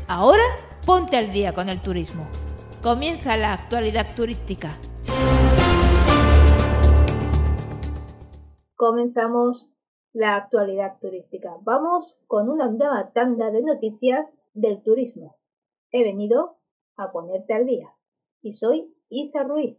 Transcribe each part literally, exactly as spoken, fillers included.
Ahora ponte al día con el turismo. Comienza la actualidad turística. Comenzamos la actualidad turística. Vamos con una nueva tanda de noticias del turismo. He venido a ponerte al día. Y soy Isa Ruiz.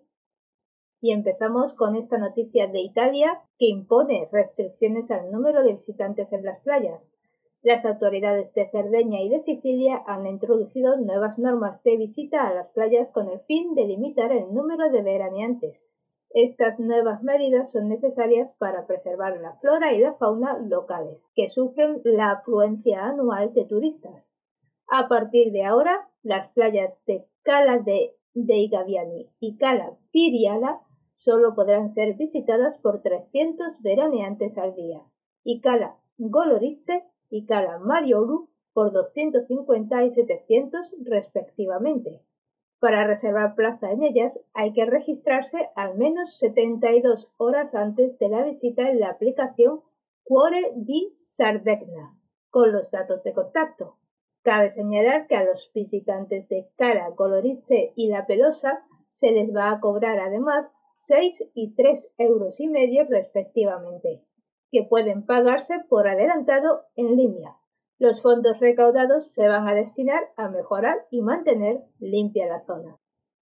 Y empezamos con esta noticia de Italia que impone restricciones al número de visitantes en las playas. Las autoridades de Cerdeña y de Sicilia han introducido nuevas normas de visita a las playas con el fin de limitar el número de veraneantes. Estas nuevas medidas son necesarias para preservar la flora y la fauna locales, que sufren la afluencia anual de turistas. A partir de ahora, las playas de Cala de dei Gabbiani y Cala Piriala solo podrán ser visitadas por trescientos veraneantes al día, y Cala Goloritse y Cala Marioulu por doscientos cincuenta y setecientos respectivamente. Para reservar plaza en ellas hay que registrarse al menos setenta y dos horas antes de la visita en la aplicación Cuore di Sardegna, con los datos de contacto. Cabe señalar que a los visitantes de Cala Goloritse y La Pelosa se les va a cobrar además seis y tres euros y medio respectivamente, que pueden pagarse por adelantado en línea. Los fondos recaudados se van a destinar a mejorar y mantener limpia la zona.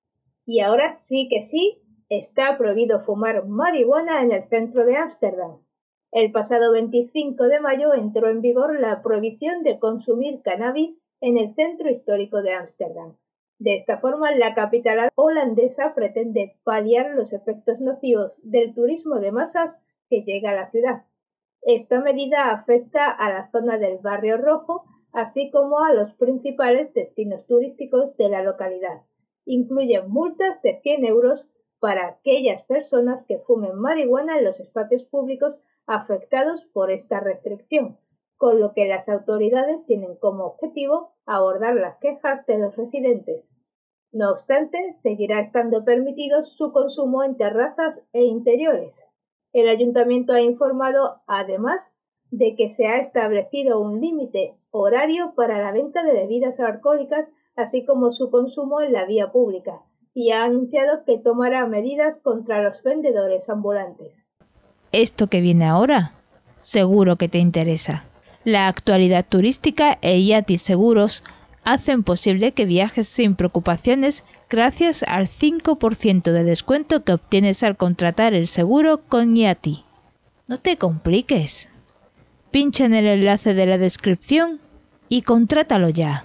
Y ahora sí que sí, está prohibido fumar marihuana en el centro de Ámsterdam. El pasado veinticinco de mayo entró en vigor la prohibición de consumir cannabis en el centro histórico de Ámsterdam. De esta forma, la capital holandesa pretende paliar los efectos nocivos del turismo de masas que llega a la ciudad. Esta medida afecta a la zona del Barrio Rojo, así como a los principales destinos turísticos de la localidad. Incluye multas de cien euros para aquellas personas que fumen marihuana en los espacios públicos afectados por esta restricción, con lo que las autoridades tienen como objetivo abordar las quejas de los residentes. No obstante, seguirá estando permitido su consumo en terrazas e interiores. El ayuntamiento ha informado, además, de que se ha establecido un límite horario para la venta de bebidas alcohólicas, así como su consumo en la vía pública, y ha anunciado que tomará medidas contra los vendedores ambulantes. Esto que viene ahora, seguro que te interesa. La actualidad turística e Yati Seguros hacen posible que viajes sin preocupaciones gracias al cinco por ciento de descuento que obtienes al contratar el seguro con Yati. No te compliques. Pincha en el enlace de la descripción y contrátalo ya.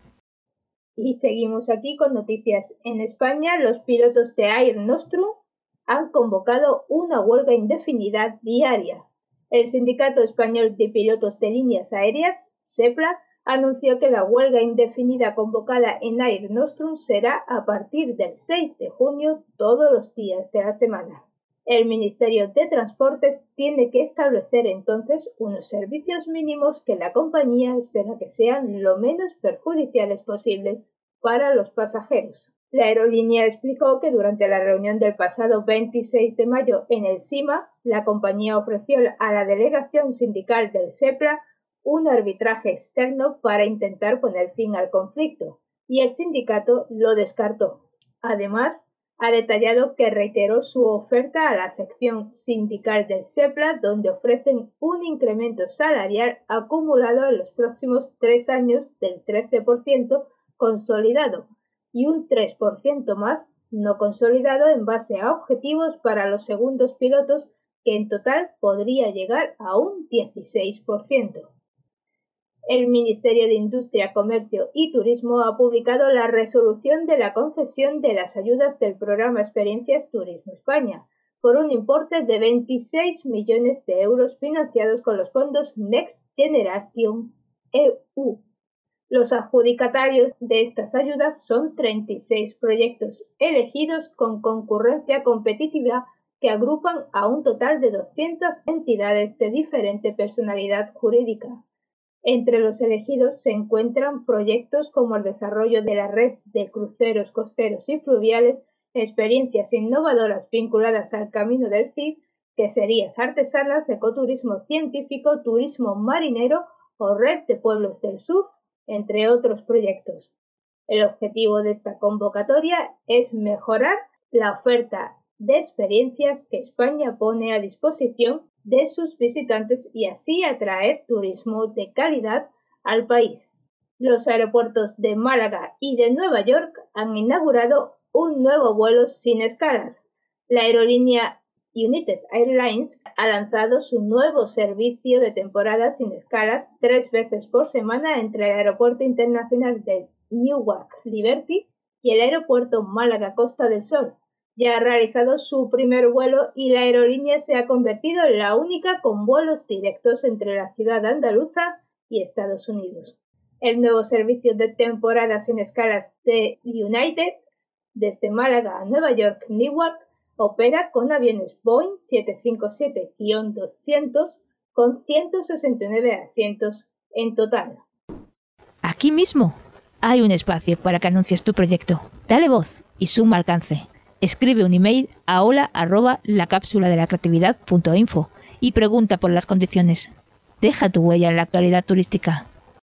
Y seguimos aquí con noticias. En España, los pilotos de Air Nostrum han convocado una huelga indefinida diaria. El Sindicato Español de Pilotos de Líneas Aéreas, SEPLA, anunció que la huelga indefinida convocada en Air Nostrum será a partir del seis de junio todos los días de la semana. El Ministerio de Transportes tiene que establecer entonces unos servicios mínimos que la compañía espera que sean lo menos perjudiciales posibles para los pasajeros. La aerolínea explicó que durante la reunión del pasado veintiséis de mayo en el SIMA, la compañía ofreció a la delegación sindical del SEPLA un arbitraje externo para intentar poner fin al conflicto, y el sindicato lo descartó. Además, ha detallado que reiteró su oferta a la sección sindical del SEPLA, donde ofrecen un incremento salarial acumulado en los próximos tres años del trece por ciento consolidado y un tres por ciento más no consolidado en base a objetivos para los segundos pilotos, que en total podría llegar a un dieciséis por ciento. El Ministerio de Industria, Comercio y Turismo ha publicado la resolución de la concesión de las ayudas del programa Experiencias Turismo España, por un importe de veintiséis millones de euros financiados con los fondos Next Generation E U. Los adjudicatarios de estas ayudas son treinta y seis proyectos elegidos con concurrencia competitiva que agrupan a un total de doscientas entidades de diferente personalidad jurídica. Entre los elegidos se encuentran proyectos como el desarrollo de la red de cruceros costeros y fluviales, experiencias innovadoras vinculadas al Camino del Cid, queserías artesanas, ecoturismo científico, turismo marinero o red de pueblos del sur, entre otros proyectos. El objetivo de esta convocatoria es mejorar la oferta de experiencias que España pone a disposición de sus visitantes y así atraer turismo de calidad al país. Los aeropuertos de Málaga y de Nueva York han inaugurado un nuevo vuelo sin escalas. La aerolínea United Airlines ha lanzado su nuevo servicio de temporada sin escalas tres veces por semana entre el Aeropuerto Internacional de Newark Liberty y el Aeropuerto Málaga Costa del Sol. Ya ha realizado su primer vuelo y la aerolínea se ha convertido en la única con vuelos directos entre la ciudad andaluza y Estados Unidos. El nuevo servicio de temporada sin escalas de United desde Málaga a Nueva York Newark opera con aviones Boeing siete cinco siete doscientos con ciento sesenta y nueve asientos en total. Aquí mismo hay un espacio para que anuncies tu proyecto. Dale voz y suma alcance. Escribe un email a hola arroba la cápsula de la creatividad punto info y pregunta por las condiciones. Deja tu huella en la actualidad turística.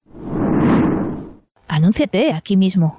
Anúnciate aquí mismo.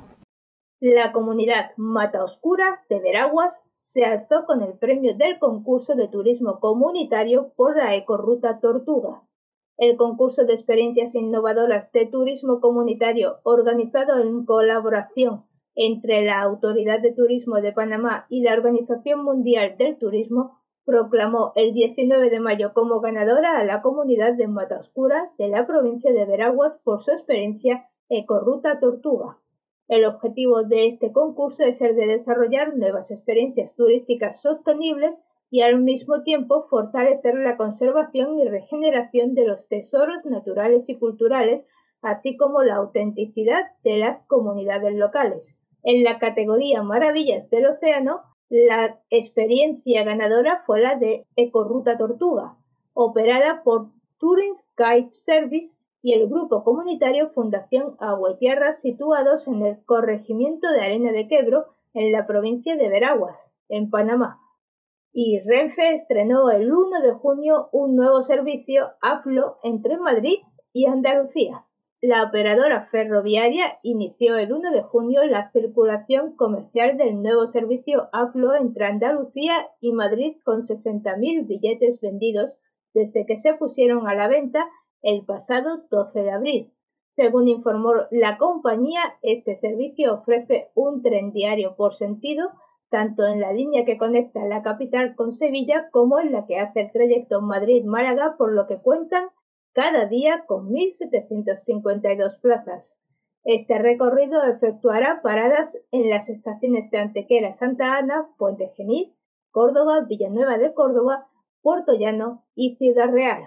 La comunidad Mata Oscura de Veraguas se alzó con el premio del concurso de turismo comunitario por la Ecorruta Tortuga. El concurso de experiencias innovadoras de turismo comunitario organizado en colaboración entre la Autoridad de Turismo de Panamá y la Organización Mundial del Turismo proclamó el diecinueve de mayo como ganadora a la comunidad de Mata Oscura de la provincia de Veraguas por su experiencia Ecorruta Tortuga. El objetivo de este concurso es el de desarrollar nuevas experiencias turísticas sostenibles y al mismo tiempo fortalecer la conservación y regeneración de los tesoros naturales y culturales, así como la autenticidad de las comunidades locales. En la categoría Maravillas del Océano, la experiencia ganadora fue la de Ecorruta Tortuga, operada por Tourist Guide Service y el grupo comunitario Fundación Agua y Tierra, situados en el corregimiento de Arena de Quebro, en la provincia de Veraguas, en Panamá. Y Renfe estrenó el uno de junio un nuevo servicio AFLO entre Madrid y Andalucía. La operadora ferroviaria inició el uno de junio la circulación comercial del nuevo servicio AFLO entre Andalucía y Madrid con sesenta mil billetes vendidos desde que se pusieron a la venta el pasado doce de abril. Según informó la compañía, este servicio ofrece un tren diario por sentido, tanto en la línea que conecta la capital con Sevilla como en la que hace el trayecto Madrid-Málaga, por lo que cuentan cada día con mil setecientas cincuenta y dos plazas. Este recorrido efectuará paradas en las estaciones de Antequera, Santa Ana, Puente Genil, Córdoba, Villanueva de Córdoba, Puerto Llano y Ciudad Real.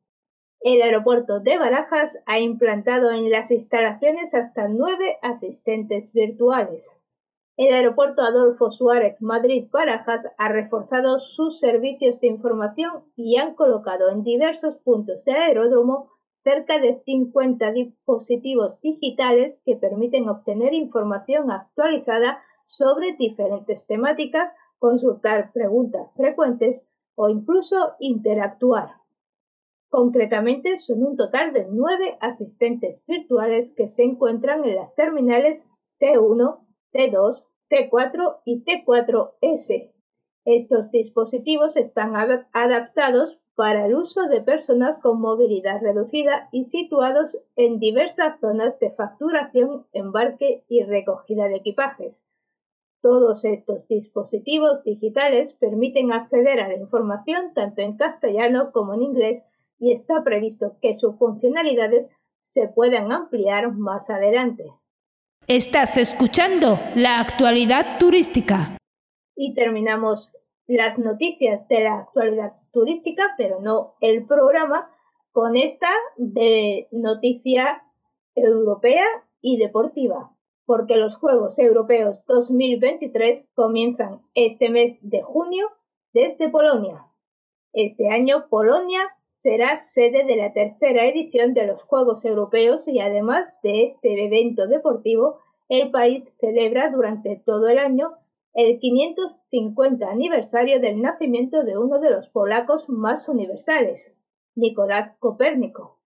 El aeropuerto de Barajas ha implantado en las instalaciones hasta nueve asistentes virtuales. El aeropuerto Adolfo Suárez Madrid-Barajas ha reforzado sus servicios de información y han colocado en diversos puntos del aeródromo cerca de cincuenta dispositivos digitales que permiten obtener información actualizada sobre diferentes temáticas, consultar preguntas frecuentes o incluso interactuar. Concretamente, son un total de nueve asistentes virtuales que se encuentran en las terminales T uno, T dos, T cuatro y T cuatro ese. Estos dispositivos están adaptados para el uso de personas con movilidad reducida y situados en diversas zonas de facturación, embarque y recogida de equipajes. Todos estos dispositivos digitales permiten acceder a la información tanto en castellano como en inglés y está previsto que sus funcionalidades se puedan ampliar más adelante. Estás escuchando la actualidad turística. Y terminamos las noticias de la actualidad turística, pero no el programa, con esta de noticia europea y deportiva, porque los Juegos Europeos dos mil veintitrés comienzan este mes de junio desde Polonia. Este año Polonia será sede de la tercera edición de los Juegos Europeos y además de este evento deportivo, el país celebra durante todo el año el quinientos cincuenta aniversario del nacimiento de uno de los polacos más universales, Nicolás Copérnico.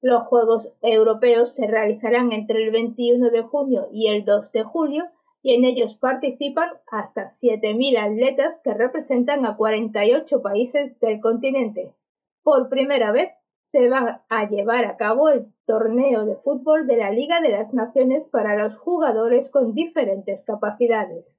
Los Juegos Europeos se realizarán entre el veintiuno de junio y el dos de julio y en ellos participan hasta siete mil atletas que representan a cuarenta y ocho países del continente. Por primera vez se va a llevar a cabo el torneo de fútbol de la Liga de las Naciones para los jugadores con diferentes capacidades.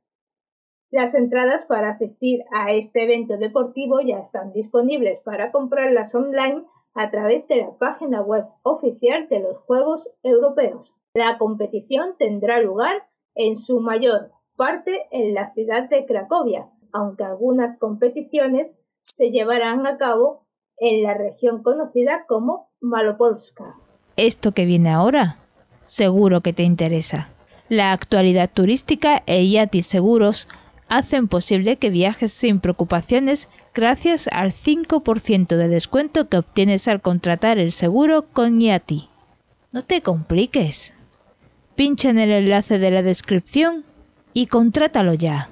Las entradas para asistir a este evento deportivo ya están disponibles para comprarlas online a través de la página web oficial de los Juegos Europeos. La competición tendrá lugar en su mayor parte en la ciudad de Cracovia, aunque algunas competiciones se llevarán a cabo en la región conocida como Malopolska. Esto que viene ahora, seguro que te interesa. La actualidad turística e Yati Seguros hacen posible que viajes sin preocupaciones gracias al cinco por ciento de descuento que obtienes al contratar el seguro con Yati. No te compliques. Pincha en el enlace de la descripción y contrátalo ya.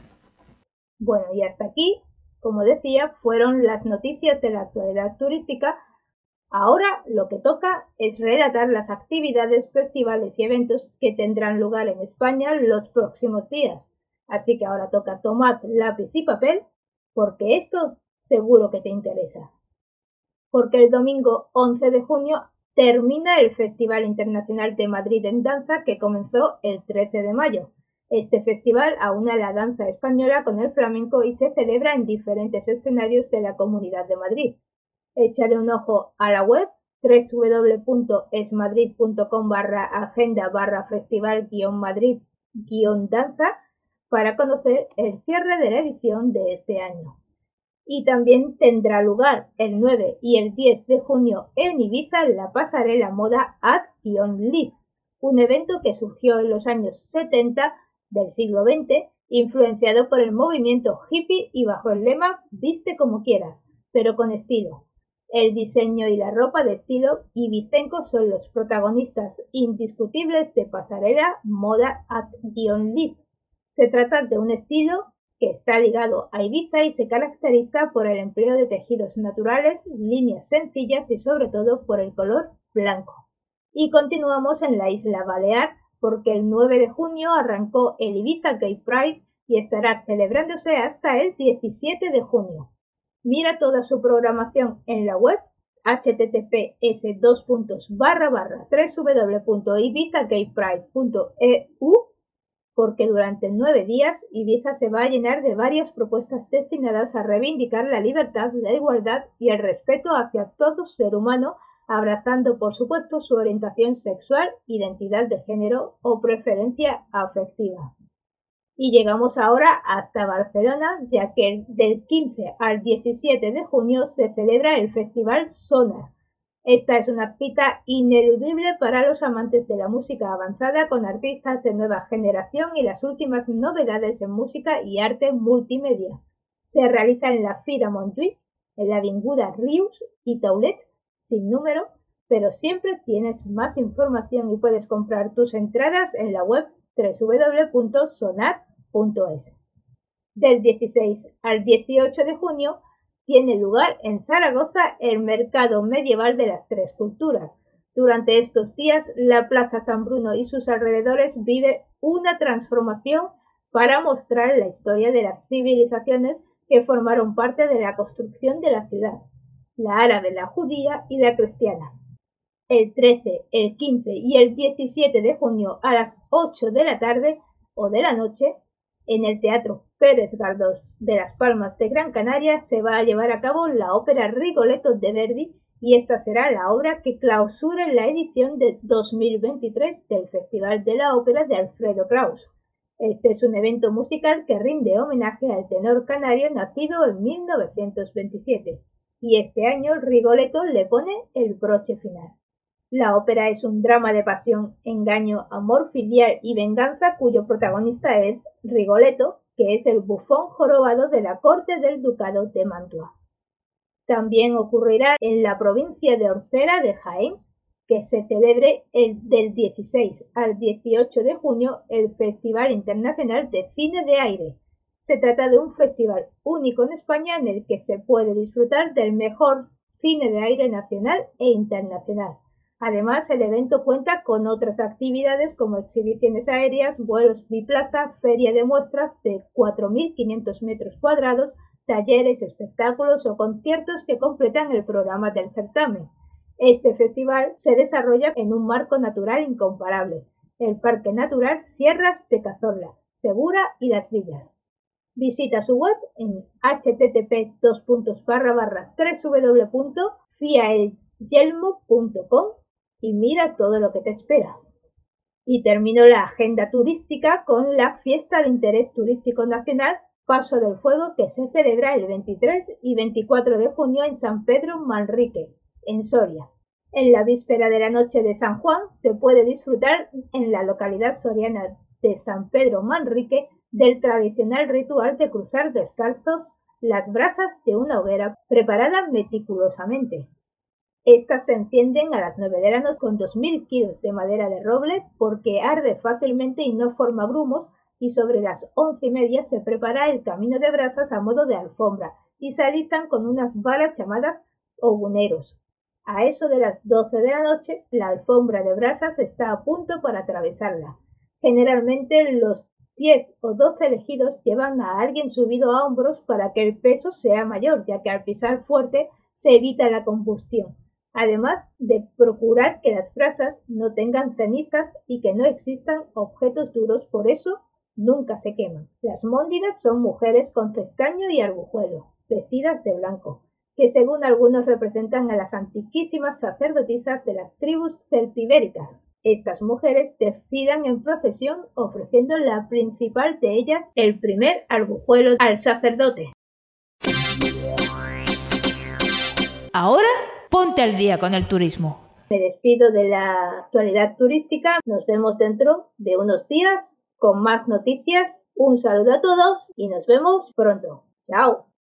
Bueno, y hasta aquí, como decía, fueron las noticias de la actualidad turística. Ahora lo que toca es relatar las actividades, festivales y eventos que tendrán lugar en España los próximos días. Así que ahora toca tomar lápiz y papel, porque esto seguro que te interesa. Porque el domingo once de junio termina el Festival Internacional de Madrid en Danza que comenzó el trece de mayo. Este festival aúna la danza española con el flamenco y se celebra en diferentes escenarios de la Comunidad de Madrid. Échale un ojo a la web doble u doble u doble u punto esmadrid punto com barra agenda barra festival guión madrid guión danza para conocer el cierre de la edición de este año. Y también tendrá lugar el nueve y el diez de junio en Ibiza la pasarela moda Ad-Live, un evento que surgió en los años setenta del siglo veinte, influenciado por el movimiento hippie y bajo el lema Viste como quieras, pero con estilo. El diseño y la ropa de estilo ibicenco son los protagonistas indiscutibles de pasarela moda Ad-Live. Se trata de un estilo que está ligado a Ibiza y se caracteriza por el empleo de tejidos naturales, líneas sencillas y sobre todo por el color blanco. Y continuamos en la isla Balear porque el nueve de junio arrancó el Ibiza Gay Pride y estará celebrándose hasta el diecisiete de junio. Mira toda su programación en la web h t t p s dos puntos barra barra doble u doble u doble u punto ibiza gay pride punto e u porque durante nueve días Ibiza se va a llenar de varias propuestas destinadas a reivindicar la libertad, la igualdad y el respeto hacia todo ser humano, abrazando por supuesto su orientación sexual, identidad de género o preferencia afectiva. Y llegamos ahora hasta Barcelona, ya que del quince al diecisiete de junio se celebra el Festival Sonar. Esta es una cita ineludible para los amantes de la música avanzada con artistas de nueva generación y las últimas novedades en música y arte multimedia. Se realiza en la Fira Montjuïc, en la Avinguda Rius y Taulet, sin número, pero siempre tienes más información y puedes comprar tus entradas en la web doble u doble u doble u punto sonar punto es. Del dieciséis al dieciocho de junio tiene lugar en Zaragoza el Mercado Medieval de las Tres Culturas. Durante estos días, la Plaza San Bruno y sus alrededores vive una transformación para mostrar la historia de las civilizaciones que formaron parte de la construcción de la ciudad, la árabe, la judía y la cristiana. El trece, el quince y el diecisiete de junio a las ocho de la tarde o de la noche, en el Teatro Pérez Galdós de Las Palmas de Gran Canaria se va a llevar a cabo la ópera Rigoletto de Verdi y esta será la obra que clausure la edición de dos mil veintitrés del Festival de la Ópera de Alfredo Kraus. Este es un evento musical que rinde homenaje al tenor canario nacido en mil novecientos veintisiete y este año Rigoletto le pone el broche final. La ópera es un drama de pasión, engaño, amor filial y venganza cuyo protagonista es Rigoletto, que es el bufón jorobado de la corte del ducado de Mantua. También ocurrirá en la provincia de Orcera de Jaén, que se celebre el, del dieciséis al dieciocho de junio el Festival Internacional de Cine de Aire. Se trata de un festival único en España en el que se puede disfrutar del mejor cine de aire nacional e internacional. Además, el evento cuenta con otras actividades como exhibiciones aéreas, vuelos biplaza, feria de muestras de cuatro mil quinientos metros cuadrados, talleres, espectáculos o conciertos que completan el programa del certamen. Este festival se desarrolla en un marco natural incomparable, el Parque Natural Sierras de Cazorla, Segura y Las Villas. Visita su web en h t t p dos barra barra w w w punto fiaelyelmo punto com y mira todo lo que te espera. Y termino la agenda turística con la Fiesta de Interés Turístico Nacional Paso del Fuego, que se celebra el veintitrés y veinticuatro de junio en San Pedro Manrique, en Soria. En la víspera de la noche de San Juan se puede disfrutar en la localidad soriana de San Pedro Manrique del tradicional ritual de cruzar descalzos las brasas de una hoguera preparada meticulosamente. Estas se encienden a las nueve de la noche con dos mil kilos de madera de roble porque arde fácilmente y no forma grumos, y sobre las once y media se prepara el camino de brasas a modo de alfombra y se alisan con unas varas llamadas hoguneros. A eso de las doce de la noche, la alfombra de brasas está a punto para atravesarla. Generalmente los diez o doce elegidos llevan a alguien subido a hombros para que el peso sea mayor, ya que al pisar fuerte se evita la combustión, además de procurar que las brasas no tengan cenizas y que no existan objetos duros, por eso nunca se queman. Las móndinas son mujeres con cestaño y arbujuelo, vestidas de blanco, que según algunos representan a las antiquísimas sacerdotisas de las tribus celtibéricas. Estas mujeres desfilan en procesión ofreciendo la principal de ellas, el primer arbujuelo al sacerdote. Ahora ponte al día con el turismo. Me despido de la actualidad turística. Nos vemos dentro de unos días con más noticias. Un saludo a todos y nos vemos pronto. ¡Chao!